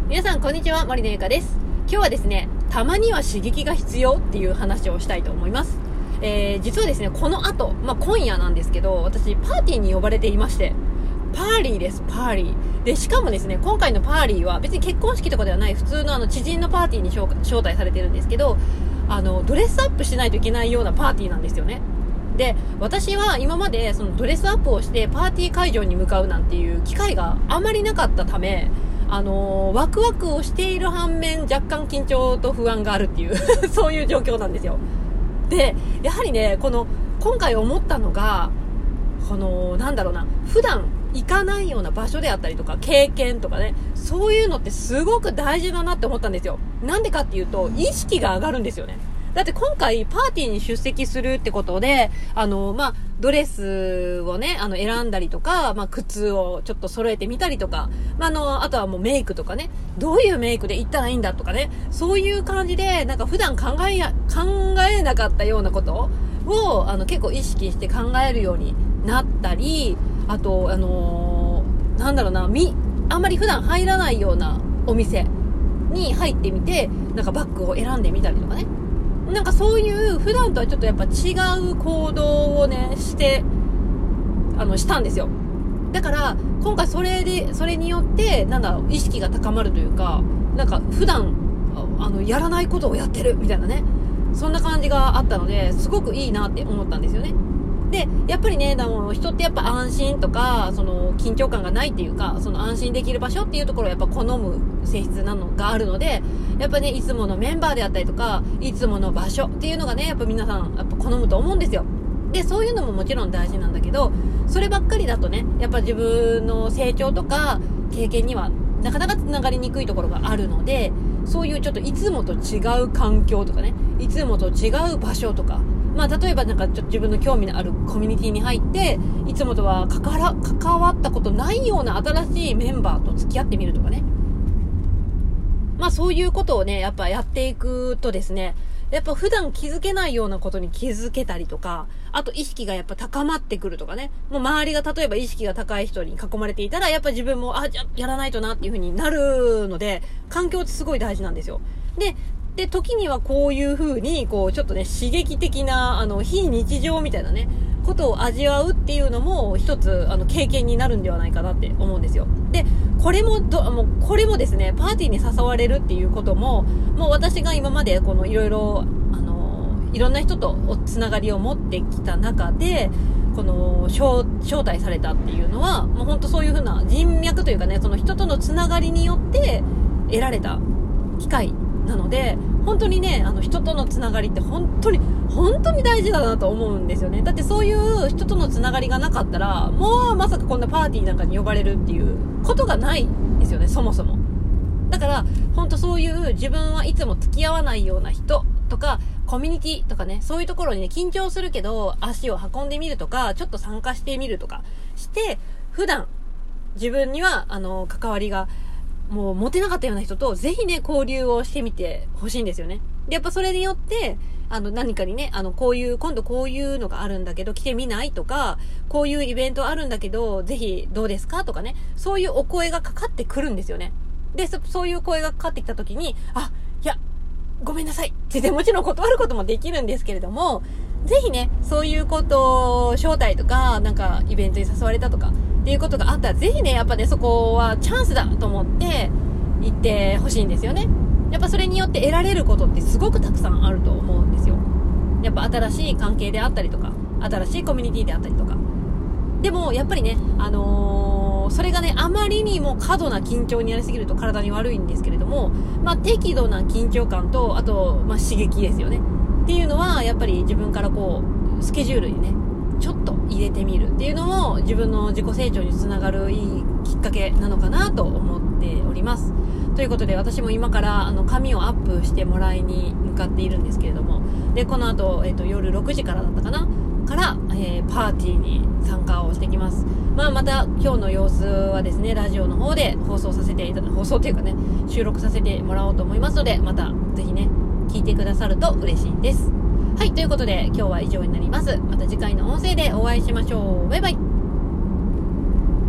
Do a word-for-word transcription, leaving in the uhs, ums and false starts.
皆さんこんにちは、森のゆかです。今日はですね、たまには刺激が必要っていう話をしたいと思います。えー、実はですね、この後、まあ、今夜なんですけど、私パーティーに呼ばれていまして、パーリーです、パーリーで、しかもですね、今回のパーリーは別に結婚式とかではない普通のあの知人のパーティーに招待されてるんですけど、あのドレスアップしないといけないようなパーティーなんですよね。で、私は今までそのドレスアップをしてパーティー会場に向かうなんていう機会があまりなかったため、あのー、ワクワクをしている反面若干緊張と不安があるっていうそういう状況なんですよ。で、やはりね、この今回思ったのが、このなんだろうな、普段行かないような場所であったりとか経験とかね、そういうのってすごく大事だなって思ったんですよ。なんでかっていうと、意識が上がるんですよね。だって今回パーティーに出席するってことで、あの、まあ、ドレスをね、あの、選んだりとか、まあ、靴をちょっと揃えてみたりとか、まあ、あの、あとはもうメイクとかね、どういうメイクで行ったらいいんだとかね、そういう感じで、なんか普段考えや、考えなかったようなことを、あの、結構意識して考えるようになったり、あと、あのー、なんだろうな、み、あんまり普段入らないようなお店に入ってみて、なんかバッグを選んでみたりとかね。なんかそういう普段とはちょっとやっぱ違う行動をねしてあのしたんですよ。だから今回それでそれによってなんだろう、意識が高まるというか、なんか普段あのやらないことをやってるみたいなね、そんな感じがあったので、すごくいいなって思ったんですよね。で、やっぱりね、あの人ってやっぱ安心とか、その緊張感がないっていうか、その安心できる場所っていうところをやっぱ好む性質なのがあるので、やっぱね、いつものメンバーであったりとか、いつもの場所っていうのがね、やっぱ皆さんやっぱ好むと思うんですよ。で、そういうのももちろん大事なんだけど、そればっかりだとね、やっぱ自分の成長とか経験にはなかなかつながりにくいところがあるので、そういうちょっといつもと違う環境とかね、いつもと違う場所とか、まあ、例えばなんかちょっと自分の興味のあるコミュニティに入って、いつもとは関わら、関わったことないような新しいメンバーと付き合ってみるとかね。まあそういうことをね、やっぱやっていくとですね、やっぱ普段気づけないようなことに気づけたりとか、あと意識がやっぱ高まってくるとかね。もう周りが例えば意識が高い人に囲まれていたら、やっぱ自分も、あ、じゃやらないとなっていう風になるので、環境ってすごい大事なんですよ。で、で、時にはこういう風に、こう、ちょっとね、刺激的な、あの、非日常みたいなね、ことを味わうっていうのも、一つ、あの、経験になるんではないかなって思うんですよ。で、これもど、もう、これもですね、パーティーに誘われるっていうことも、もう私が今まで、この、いろいろ、あの、いろんな人とおつながりを持ってきた中で、この、招待されたっていうのは、もう本当そういう風な人脈というかね、その人とのつながりによって得られた機会なので、本当にね、あの人とのつながりって本当に本当に大事だなと思うんですよね。だってそういう人とのつながりがなかったら、もうまさかこんなパーティーなんかに呼ばれるっていうことがないんですよね、そもそも。だから本当そういう自分はいつも付き合わないような人とかコミュニティとかね、そういうところにね、緊張するけど足を運んでみるとか、ちょっと参加してみるとかして、普段自分にはあの関わりがもう持てなかったような人とぜひね、交流をしてみてほしいんですよね。で、やっぱそれによってあの何かにね、あのこういう今度こういうのがあるんだけど来てみないとか、こういうイベントあるんだけどぜひどうですかとかね、そういうお声がかかってくるんですよね。で、そ, そういう声がかかってきた時に、あ、いやごめんなさいってもちろん断ることもできるんですけれども、ぜひね、そういうことを招待とかなんかイベントに誘われたとかっていうことがあったら、ぜひね、やっぱね、そこはチャンスだと思って行ってほしいんですよね。やっぱそれによって得られることってすごくたくさんあると思うんですよ。やっぱ新しい関係であったりとか、新しいコミュニティであったりとか。でもやっぱりね、あのー、それがね、あまりにも過度な緊張になりすぎると体に悪いんですけれども、まあ適度な緊張感と、あとまあ刺激ですよねっていうのは、やっぱり自分からこうスケジュールにね、ちょっと入れてみるっていうのも自分の自己成長につながるいいきっかけなのかなと思っております。ということで、私も今からあの髪をアップしてもらいに向かっているんですけれども、でこの後、えーと、夜ろくじからだったかなから、えー、パーティーに参加をしてきます。まあまた今日の様子はですね、ラジオの方で放送させていた放送というかね、収録させてもらおうと思いますので、またぜひね聞いてくださると嬉しいです。はい、ということで今日は以上になります。また次回の音声でお会いしましょう。バイバイ。